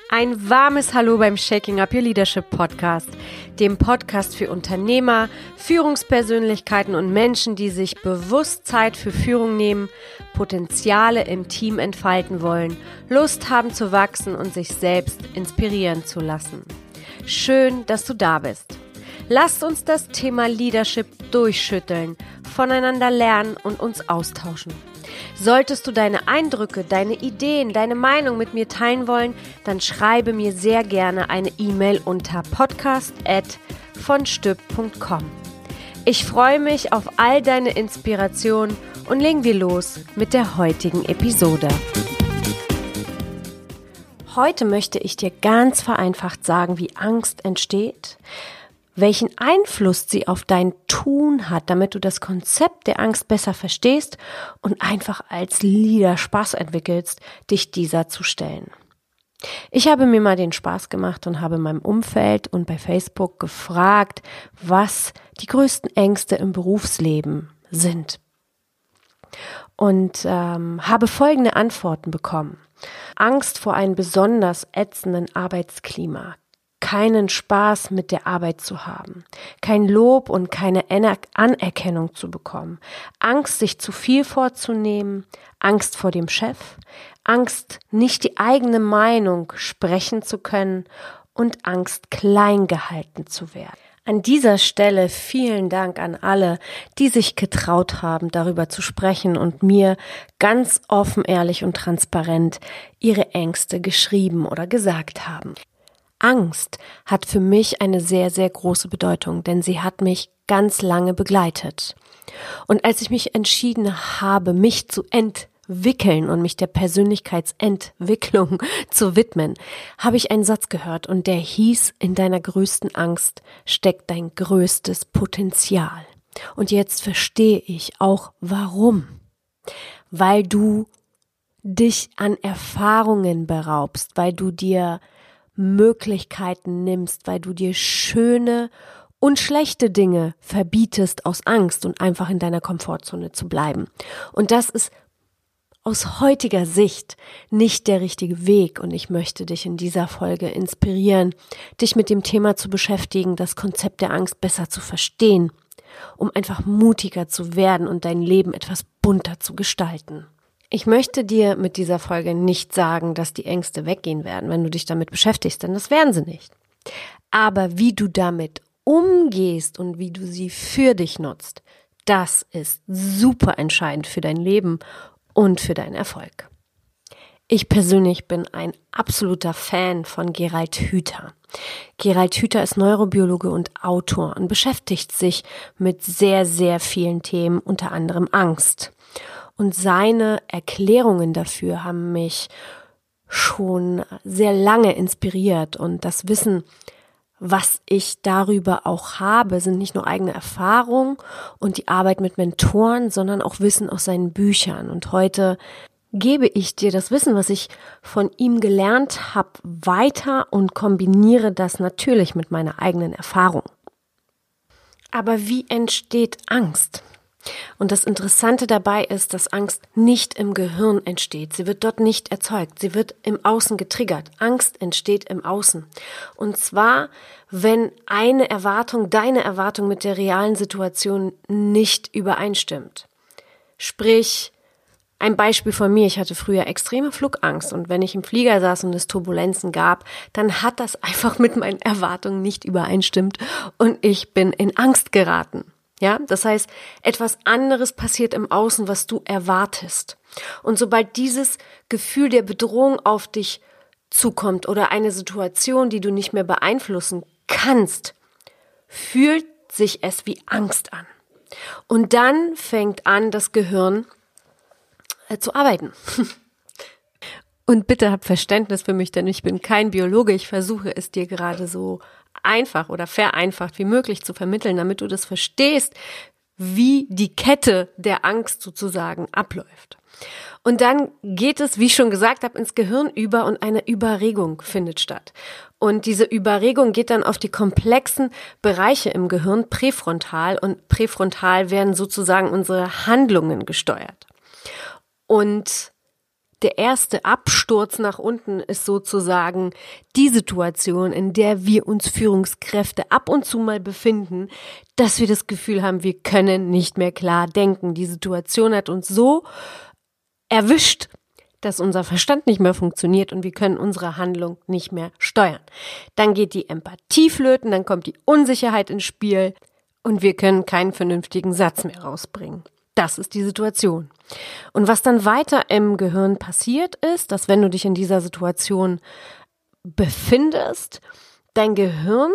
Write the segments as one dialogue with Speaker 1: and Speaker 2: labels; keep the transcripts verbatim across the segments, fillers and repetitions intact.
Speaker 1: Ein warmes Hallo beim Shaking Up Your Leadership Podcast, dem Podcast für Unternehmer, Führungspersönlichkeiten und Menschen, die sich bewusst Zeit für Führung nehmen, Potenziale im Team entfalten wollen, Lust haben zu wachsen und sich selbst inspirieren zu lassen. Schön, dass du da bist. Lasst uns das Thema Leadership durchschütteln, voneinander lernen und uns austauschen. Solltest du deine Eindrücke, deine Ideen, deine Meinung mit mir teilen wollen, dann schreibe mir sehr gerne eine E-Mail unter podcast at vonstüpp punkt com. Ich freue mich auf all deine Inspirationen und legen wir los mit der heutigen Episode. Heute möchte ich dir ganz vereinfacht sagen, wie Angst entsteht, welchen Einfluss sie auf dein Tun hat, damit du das Konzept der Angst besser verstehst und einfach als Leader Spaß entwickelst, dich dieser zu stellen. Ich habe mir mal den Spaß gemacht und habe in meinem Umfeld und bei Facebook gefragt, was die größten Ängste im Berufsleben sind. Und ähm, habe folgende Antworten bekommen. Angst vor einem besonders ätzenden Arbeitsklima. Keinen Spaß mit der Arbeit zu haben, kein Lob und keine Anerkennung zu bekommen, Angst, sich zu viel vorzunehmen, Angst vor dem Chef, Angst, nicht die eigene Meinung sprechen zu können und Angst, klein gehalten zu werden. An dieser Stelle vielen Dank an alle, die sich getraut haben, darüber zu sprechen und mir ganz offen, ehrlich und transparent ihre Ängste geschrieben oder gesagt haben. Angst hat für mich eine sehr, sehr große Bedeutung, denn sie hat mich ganz lange begleitet. Und als ich mich entschieden habe, mich zu entwickeln und mich der Persönlichkeitsentwicklung zu widmen, habe ich einen Satz gehört und der hieß: In deiner größten Angst steckt dein größtes Potenzial. Und jetzt verstehe ich auch, warum. Weil du dich an Erfahrungen beraubst, weil du dir Möglichkeiten nimmst, weil du dir schöne und schlechte Dinge verbietest aus Angst und einfach in deiner Komfortzone zu bleiben. Und das ist aus heutiger Sicht nicht der richtige Weg und ich möchte dich in dieser Folge inspirieren, dich mit dem Thema zu beschäftigen, das Konzept der Angst besser zu verstehen, um einfach mutiger zu werden und dein Leben etwas bunter zu gestalten. Ich möchte dir mit dieser Folge nicht sagen, dass die Ängste weggehen werden, wenn du dich damit beschäftigst, denn das werden sie nicht. Aber wie du damit umgehst und wie du sie für dich nutzt, das ist super entscheidend für dein Leben und für deinen Erfolg. Ich persönlich bin ein absoluter Fan von Gerald Hüther. Gerald Hüther ist Neurobiologe und Autor und beschäftigt sich mit sehr, sehr vielen Themen, unter anderem Angst. Und seine Erklärungen dafür haben mich schon sehr lange inspiriert. Und das Wissen, was ich darüber auch habe, sind nicht nur eigene Erfahrungen und die Arbeit mit Mentoren, sondern auch Wissen aus seinen Büchern. Und heute gebe ich dir das Wissen, was ich von ihm gelernt habe, weiter und kombiniere das natürlich mit meiner eigenen Erfahrung. Aber wie entsteht Angst? Und das Interessante dabei ist, dass Angst nicht im Gehirn entsteht. Sie wird dort nicht erzeugt. Sie wird im Außen getriggert. Angst entsteht im Außen. Und zwar, wenn eine Erwartung, deine Erwartung mit der realen Situation nicht übereinstimmt. Sprich, ein Beispiel von mir, ich hatte früher extreme Flugangst und wenn ich im Flieger saß und es Turbulenzen gab, dann hat das einfach mit meinen Erwartungen nicht übereinstimmt und ich bin in Angst geraten. Ja, das heißt, etwas anderes passiert im Außen, was du erwartest. Und sobald dieses Gefühl der Bedrohung auf dich zukommt oder eine Situation, die du nicht mehr beeinflussen kannst, fühlt sich es wie Angst an. Und dann fängt an, das Gehirn äh, zu arbeiten. Und bitte hab Verständnis für mich, denn ich bin kein Biologe. Ich versuche es dir gerade so einfach oder vereinfacht wie möglich zu vermitteln, damit du das verstehst, wie die Kette der Angst sozusagen abläuft. Und dann geht es, wie ich schon gesagt habe, ins Gehirn über und eine Überregung findet statt. Und diese Überregung geht dann auf die komplexen Bereiche im Gehirn, präfrontal, und präfrontal werden sozusagen unsere Handlungen gesteuert. Und der erste Absturz nach unten ist sozusagen die Situation, in der wir uns Führungskräfte ab und zu mal befinden, dass wir das Gefühl haben, wir können nicht mehr klar denken. Die Situation hat uns so erwischt, dass unser Verstand nicht mehr funktioniert und wir können unsere Handlung nicht mehr steuern. Dann geht die Empathie flöten, dann kommt die Unsicherheit ins Spiel und wir können keinen vernünftigen Satz mehr rausbringen. Das ist die Situation. Und was dann weiter im Gehirn passiert ist, dass wenn du dich in dieser Situation befindest, dein Gehirn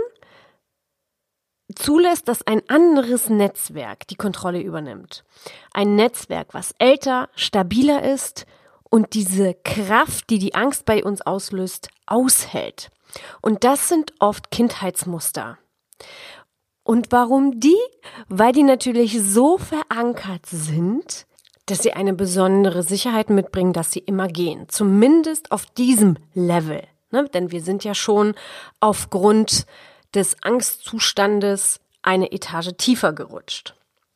Speaker 1: zulässt, dass ein anderes Netzwerk die Kontrolle übernimmt. Ein Netzwerk, was älter, stabiler ist und diese Kraft, die die Angst bei uns auslöst, aushält. Und das sind oft Kindheitsmuster. Und warum die? Weil die natürlich so verankert sind, dass sie eine besondere Sicherheit mitbringen, dass sie immer gehen. Zumindest auf diesem Level. Ne? Denn wir sind ja schon aufgrund des Angstzustandes eine Etage tiefer gerutscht.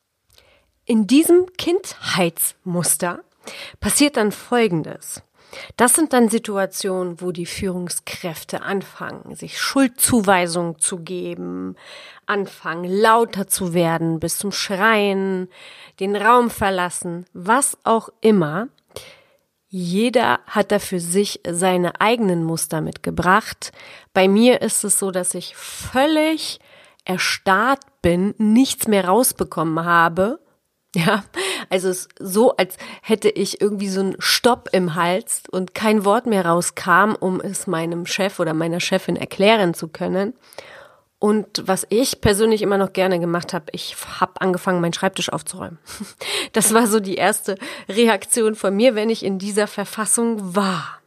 Speaker 1: In diesem Kindheitsmuster passiert dann Folgendes. Das sind dann Situationen, wo die Führungskräfte anfangen, sich Schuldzuweisungen zu geben, anfangen lauter zu werden, bis zum Schreien, den Raum verlassen, was auch immer. Jeder hat da für sich seine eigenen Muster mitgebracht. Bei mir ist es so, dass ich völlig erstarrt bin, nichts mehr rausbekommen habe. Ja, also es ist so, als hätte ich irgendwie so einen Stopp im Hals und kein Wort mehr rauskam, um es meinem Chef oder meiner Chefin erklären zu können. Und was ich persönlich immer noch gerne gemacht habe, ich habe angefangen, meinen Schreibtisch aufzuräumen. Das war so die erste Reaktion von mir, wenn ich in dieser Verfassung war.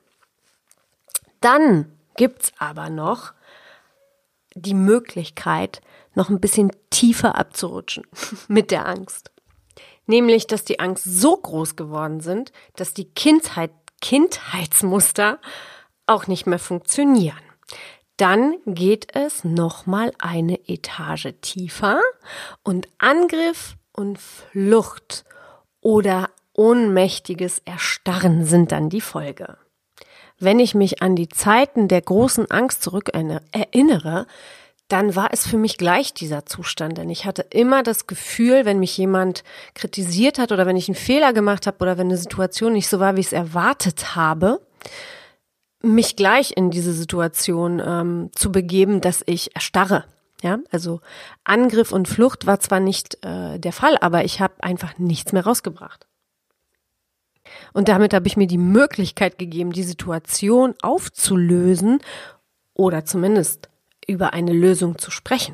Speaker 1: Dann gibt's aber noch die Möglichkeit, noch ein bisschen tiefer abzurutschen mit der Angst. Nämlich, dass die Angst so groß geworden sind, dass die Kindheit, Kindheitsmuster auch nicht mehr funktionieren. Dann geht es nochmal eine Etage tiefer und Angriff und Flucht oder ohnmächtiges Erstarren sind dann die Folge. Wenn ich mich an die Zeiten der großen Angst zurück erinnere, dann war es für mich gleich dieser Zustand, denn ich hatte immer das Gefühl, wenn mich jemand kritisiert hat oder wenn ich einen Fehler gemacht habe oder wenn eine Situation nicht so war, wie ich es erwartet habe, mich gleich in diese Situation ähm, zu begeben, dass ich erstarre. Ja, also Angriff und Flucht war zwar nicht äh, der Fall, aber ich habe einfach nichts mehr rausgebracht. Und damit habe ich mir die Möglichkeit gegeben, die Situation aufzulösen oder zumindest über eine Lösung zu sprechen.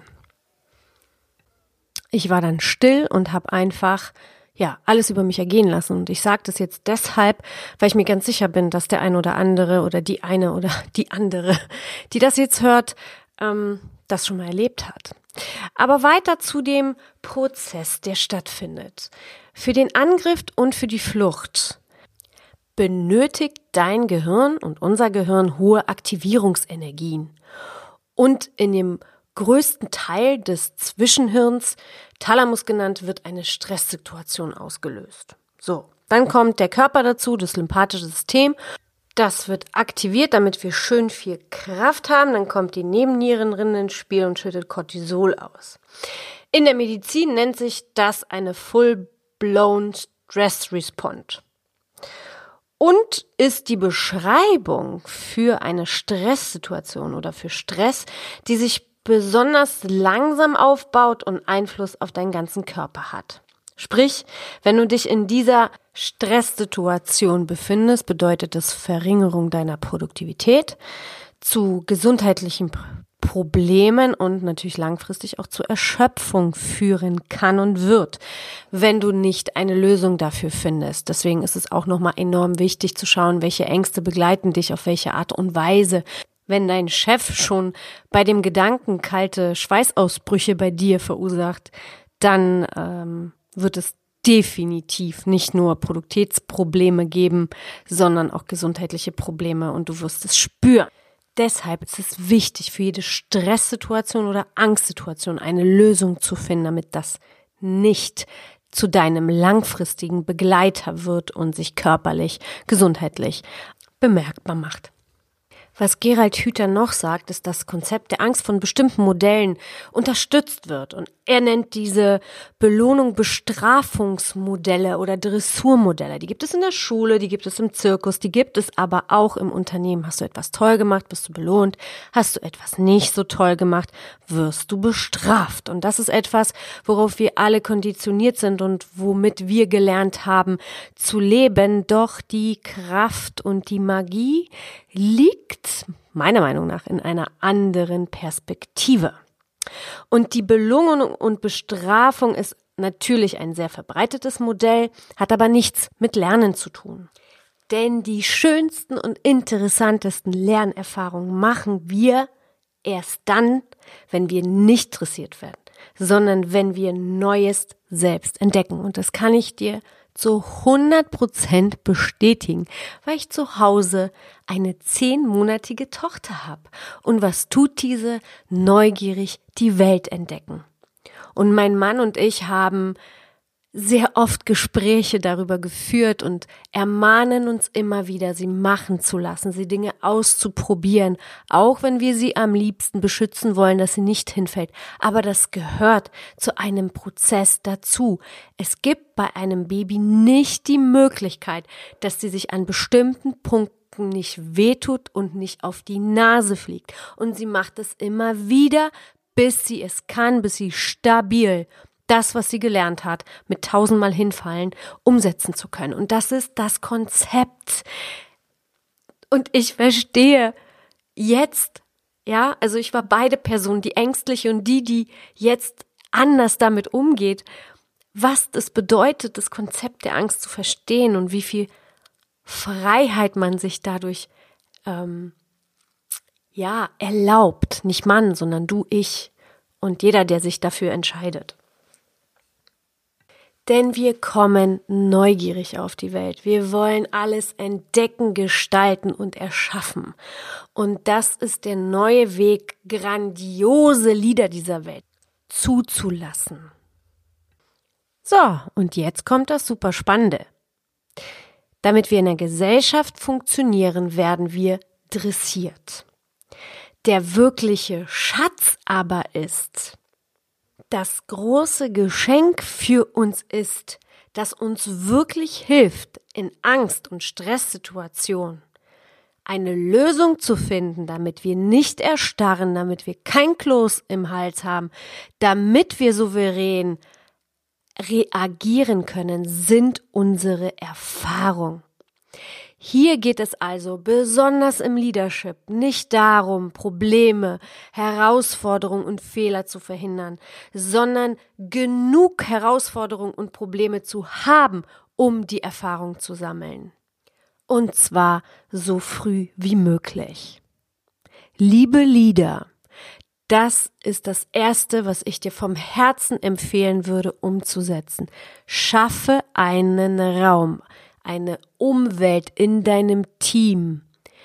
Speaker 1: Ich war dann still und habe einfach ja alles über mich ergehen lassen. Und ich sage das jetzt deshalb, weil ich mir ganz sicher bin, dass der eine oder andere oder die eine oder die andere, die das jetzt hört, ähm, das schon mal erlebt hat. Aber weiter zu dem Prozess, der stattfindet. Für den Angriff und für die Flucht benötigt dein Gehirn und unser Gehirn hohe Aktivierungsenergien. Und in dem größten Teil des Zwischenhirns, Thalamus genannt, wird eine Stresssituation ausgelöst. So, dann kommt der Körper dazu, das lymphatische System. Das wird aktiviert, damit wir schön viel Kraft haben. Dann kommt die Nebennierenrinde ins Spiel und schüttet Cortisol aus. In der Medizin nennt sich das eine Full-Blown Stress Response. Und ist die Beschreibung für eine Stresssituation oder für Stress, die sich besonders langsam aufbaut und Einfluss auf deinen ganzen Körper hat. Sprich, wenn du dich in dieser Stresssituation befindest, bedeutet das Verringerung deiner Produktivität, zu gesundheitlichen Problemen und natürlich langfristig auch zur Erschöpfung führen kann und wird, wenn du nicht eine Lösung dafür findest. Deswegen ist es auch nochmal enorm wichtig zu schauen, welche Ängste begleiten dich, auf welche Art und Weise. Wenn dein Chef schon bei dem Gedanken kalte Schweißausbrüche bei dir verursacht, dann ähm, wird es definitiv nicht nur Produktivitätsprobleme geben, sondern auch gesundheitliche Probleme und du wirst es spüren. Deshalb ist es wichtig, für jede Stresssituation oder Angstsituation eine Lösung zu finden, damit das nicht zu deinem langfristigen Begleiter wird und sich körperlich, gesundheitlich bemerkbar macht. Was Gerald Hüther noch sagt, ist, dass das Konzept der Angst von bestimmten Modellen unterstützt wird. Und er nennt diese Belohnung-Bestrafungsmodelle oder Dressurmodelle. Die gibt es in der Schule, die gibt es im Zirkus, die gibt es aber auch im Unternehmen. Hast du etwas toll gemacht, bist du belohnt. Hast du etwas nicht so toll gemacht, wirst du bestraft. Und das ist etwas, worauf wir alle konditioniert sind und womit wir gelernt haben zu leben. Doch die Kraft und die Magie liegt meiner Meinung nach in einer anderen Perspektive. Und die Belohnung und Bestrafung ist natürlich ein sehr verbreitetes Modell, hat aber nichts mit Lernen zu tun. Denn die schönsten und interessantesten Lernerfahrungen machen wir erst dann, wenn wir nicht dressiert werden, sondern wenn wir Neues selbst entdecken. Und das kann ich dir zu hundert Prozent bestätigen, weil ich zu Hause eine zehnmonatige Tochter habe. Und was tut diese? Neugierig die Welt entdecken. Und mein Mann und ich haben sehr oft Gespräche darüber geführt und ermahnen uns immer wieder, sie machen zu lassen, sie Dinge auszuprobieren, auch wenn wir sie am liebsten beschützen wollen, dass sie nicht hinfällt. Aber das gehört zu einem Prozess dazu. Es gibt bei einem Baby nicht die Möglichkeit, dass sie sich an bestimmten Punkten nicht wehtut und nicht auf die Nase fliegt. Und sie macht es immer wieder, bis sie es kann, bis sie stabil das, was sie gelernt hat, mit tausendmal hinfallen, umsetzen zu können. Und das ist das Konzept. Und ich verstehe jetzt, ja, also ich war beide Personen, die ängstliche und die, die jetzt anders damit umgeht, was das bedeutet, das Konzept der Angst zu verstehen und wie viel Freiheit man sich dadurch, ähm, ja, erlaubt. Nicht Mann, sondern du, ich und jeder, der sich dafür entscheidet. Denn wir kommen neugierig auf die Welt. Wir wollen alles entdecken, gestalten und erschaffen. Und das ist der neue Weg, grandiose Lieder dieser Welt zuzulassen. So, und jetzt kommt das Superspannende. Damit wir in der Gesellschaft funktionieren, werden wir dressiert. Der wirkliche Schatz aber ist, das große Geschenk für uns ist, das uns wirklich hilft, in Angst- und Stresssituationen eine Lösung zu finden, damit wir nicht erstarren, damit wir kein Kloß im Hals haben, damit wir souverän reagieren können, sind unsere Erfahrungen. Hier geht es also besonders im Leadership nicht darum, Probleme, Herausforderungen und Fehler zu verhindern, sondern genug Herausforderungen und Probleme zu haben, um die Erfahrung zu sammeln. Und zwar so früh wie möglich. Liebe Leader, das ist das Erste, was ich dir vom Herzen empfehlen würde, umzusetzen. Schaffe einen Raum, eine Umwelt in deinem Team,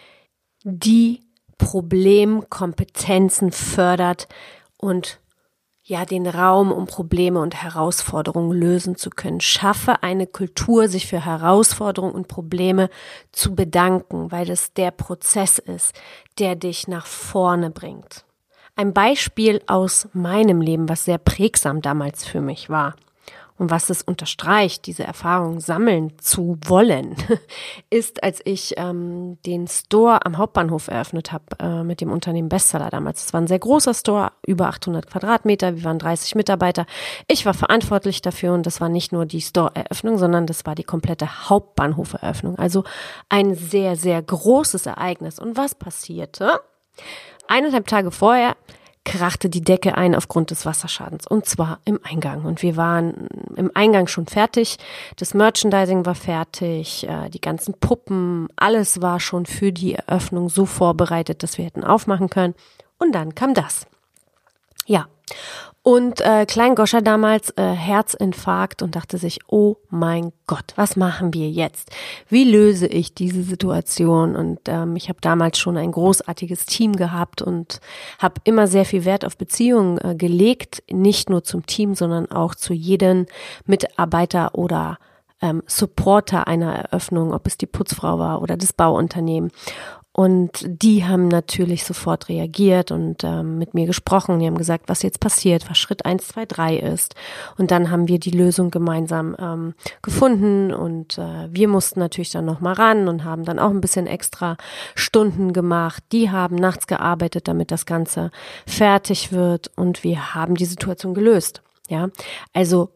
Speaker 1: die Problemkompetenzen fördert und ja den Raum, um Probleme und Herausforderungen lösen zu können. Schaffe eine Kultur, sich für Herausforderungen und Probleme zu bedanken, weil es der Prozess ist, der dich nach vorne bringt. Ein Beispiel aus meinem Leben, was sehr prägsam damals für mich war. Und was es unterstreicht, diese Erfahrung sammeln zu wollen, ist, als ich ähm, den Store am Hauptbahnhof eröffnet habe äh, mit dem Unternehmen Bestseller damals. Es war ein sehr großer Store, über achthundert Quadratmeter, wir waren dreißig Mitarbeiter. Ich war verantwortlich dafür und das war nicht nur die Store-Eröffnung, sondern das war die komplette Hauptbahnhof-Eröffnung. Also ein sehr, sehr großes Ereignis. Und was passierte? Eineinhalb Tage vorher krachte die Decke ein aufgrund des Wasserschadens und zwar im Eingang. Und wir waren im Eingang schon fertig, das Merchandising war fertig, die ganzen Puppen, alles war schon für die Eröffnung so vorbereitet, dass wir hätten aufmachen können. Und dann kam das. Ja, Und äh, Klein Goscha damals äh, Herzinfarkt und dachte sich, oh mein Gott, was machen wir jetzt? Wie löse ich diese Situation? Und ähm, ich habe damals schon ein großartiges Team gehabt und habe immer sehr viel Wert auf Beziehungen äh, gelegt, nicht nur zum Team, sondern auch zu jedem Mitarbeiter oder ähm, Supporter einer Eröffnung, ob es die Putzfrau war oder das Bauunternehmen. Und die haben natürlich sofort reagiert und ähm, mit mir gesprochen. Die haben gesagt, was jetzt passiert, was Schritt eins, zwei, drei ist. Und dann haben wir die Lösung gemeinsam ähm, gefunden und äh, wir mussten natürlich dann nochmal ran und haben dann auch ein bisschen extra Stunden gemacht. Die haben nachts gearbeitet, damit das Ganze fertig wird und wir haben die Situation gelöst. Ja, also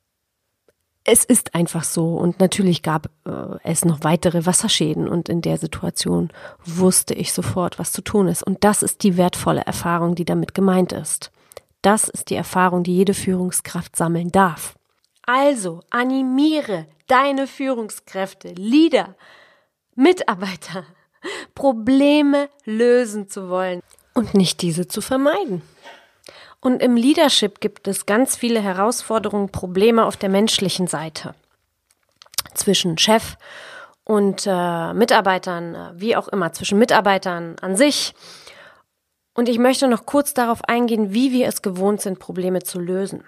Speaker 1: es ist einfach so und natürlich gab äh, es noch weitere Wasserschäden und in der Situation wusste ich sofort, was zu tun ist. Und das ist die wertvolle Erfahrung, die damit gemeint ist. Das ist die Erfahrung, die jede Führungskraft sammeln darf. Also animiere deine Führungskräfte, Leader, Mitarbeiter, Probleme lösen zu wollen und nicht diese zu vermeiden. Und im Leadership gibt es ganz viele Herausforderungen, Probleme auf der menschlichen Seite. Zwischen Chef und äh, Mitarbeitern, wie auch immer, zwischen Mitarbeitern an sich. Und ich möchte noch kurz darauf eingehen, wie wir es gewohnt sind, Probleme zu lösen.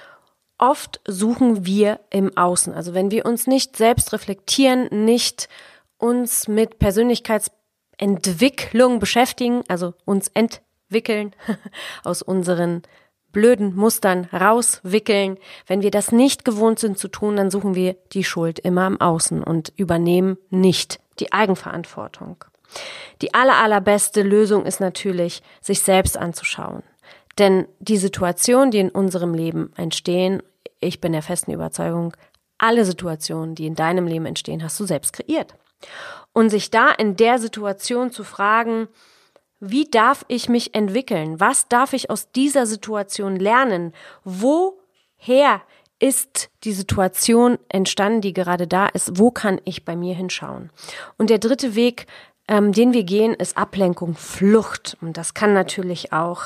Speaker 1: Oft suchen wir im Außen, also wenn wir uns nicht selbst reflektieren, nicht uns mit Persönlichkeitsentwicklung beschäftigen, also uns entwickeln, wickeln, aus unseren blöden Mustern rauswickeln. Wenn wir das nicht gewohnt sind zu tun, dann suchen wir die Schuld immer im Außen und übernehmen nicht die Eigenverantwortung. Die aller, allerbeste Lösung ist natürlich, sich selbst anzuschauen. Denn die Situationen, die in unserem Leben entstehen, ich bin der festen Überzeugung, alle Situationen, die in deinem Leben entstehen, hast du selbst kreiert. Und sich da in der Situation zu fragen, wie darf ich mich entwickeln? Was darf ich aus dieser Situation lernen? Woher ist die Situation entstanden, die gerade da ist? Wo kann ich bei mir hinschauen? Und der dritte Weg, ähm, den wir gehen, ist Ablenkung, Flucht. Und das kann natürlich auch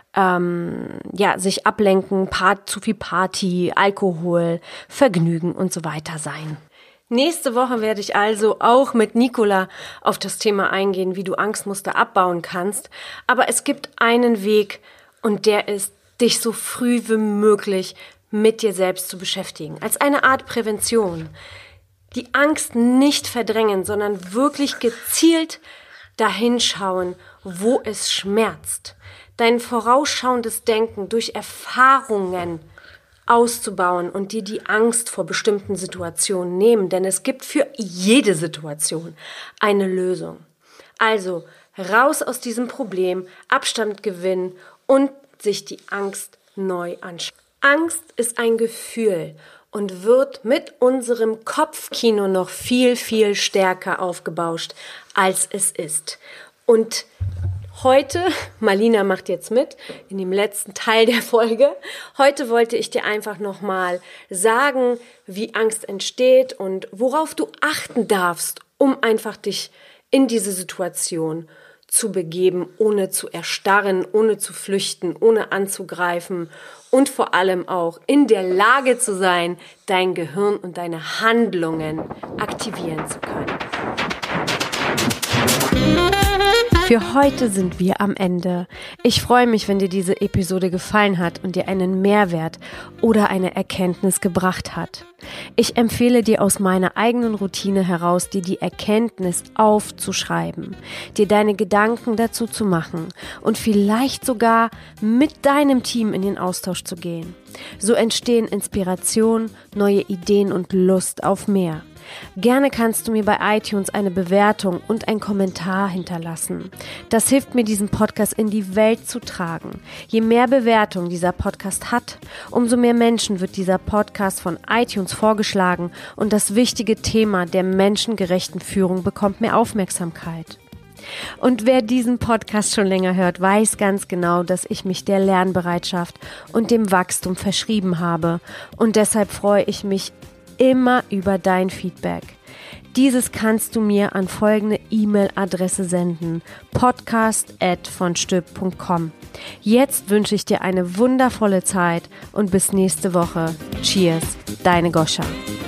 Speaker 1: ähm, ja sich ablenken, Part, zu viel Party, Alkohol, Vergnügen und so weiter sein. Nächste Woche werde ich also auch mit Nicola auf das Thema eingehen, wie du Angstmuster abbauen kannst. Aber es gibt einen Weg und der ist, dich so früh wie möglich mit dir selbst zu beschäftigen. Als eine Art Prävention. Die Angst nicht verdrängen, sondern wirklich gezielt dahinschauen, wo es schmerzt. Dein vorausschauendes Denken durch Erfahrungen auszubauen und dir die Angst vor bestimmten Situationen nehmen, denn es gibt für jede Situation eine Lösung. Also raus aus diesem Problem, Abstand gewinnen und sich die Angst neu anschauen. Angst ist ein Gefühl und wird mit unserem Kopfkino noch viel, viel stärker aufgebauscht, als es ist. Und heute, Marlina macht jetzt mit in dem letzten Teil der Folge, heute wollte ich dir einfach nochmal sagen, wie Angst entsteht und worauf du achten darfst, um einfach dich in diese Situation zu begeben, ohne zu erstarren, ohne zu flüchten, ohne anzugreifen und vor allem auch in der Lage zu sein, dein Gehirn und deine Handlungen aktivieren zu können. Für heute sind wir am Ende. Ich freue mich, wenn dir diese Episode gefallen hat und dir einen Mehrwert oder eine Erkenntnis gebracht hat. Ich empfehle dir aus meiner eigenen Routine heraus, dir die Erkenntnis aufzuschreiben, dir deine Gedanken dazu zu machen und vielleicht sogar mit deinem Team in den Austausch zu gehen. So entstehen Inspiration, neue Ideen und Lust auf mehr. Gerne kannst du mir bei iTunes eine Bewertung und einen Kommentar hinterlassen. Das hilft mir, diesen Podcast in die Welt zu tragen. Je mehr Bewertung dieser Podcast hat, umso mehr Menschen wird dieser Podcast von iTunes vorgeschlagen und das wichtige Thema der menschengerechten Führung bekommt mehr Aufmerksamkeit. Und wer diesen Podcast schon länger hört, weiß ganz genau, dass ich mich der Lernbereitschaft und dem Wachstum verschrieben habe. Und deshalb freue ich mich immer über dein Feedback. Dieses kannst du mir an folgende E-Mail-Adresse senden: podcast at von stülp punkt com. Jetzt wünsche ich dir eine wundervolle Zeit und bis nächste Woche. Cheers, deine Goscha.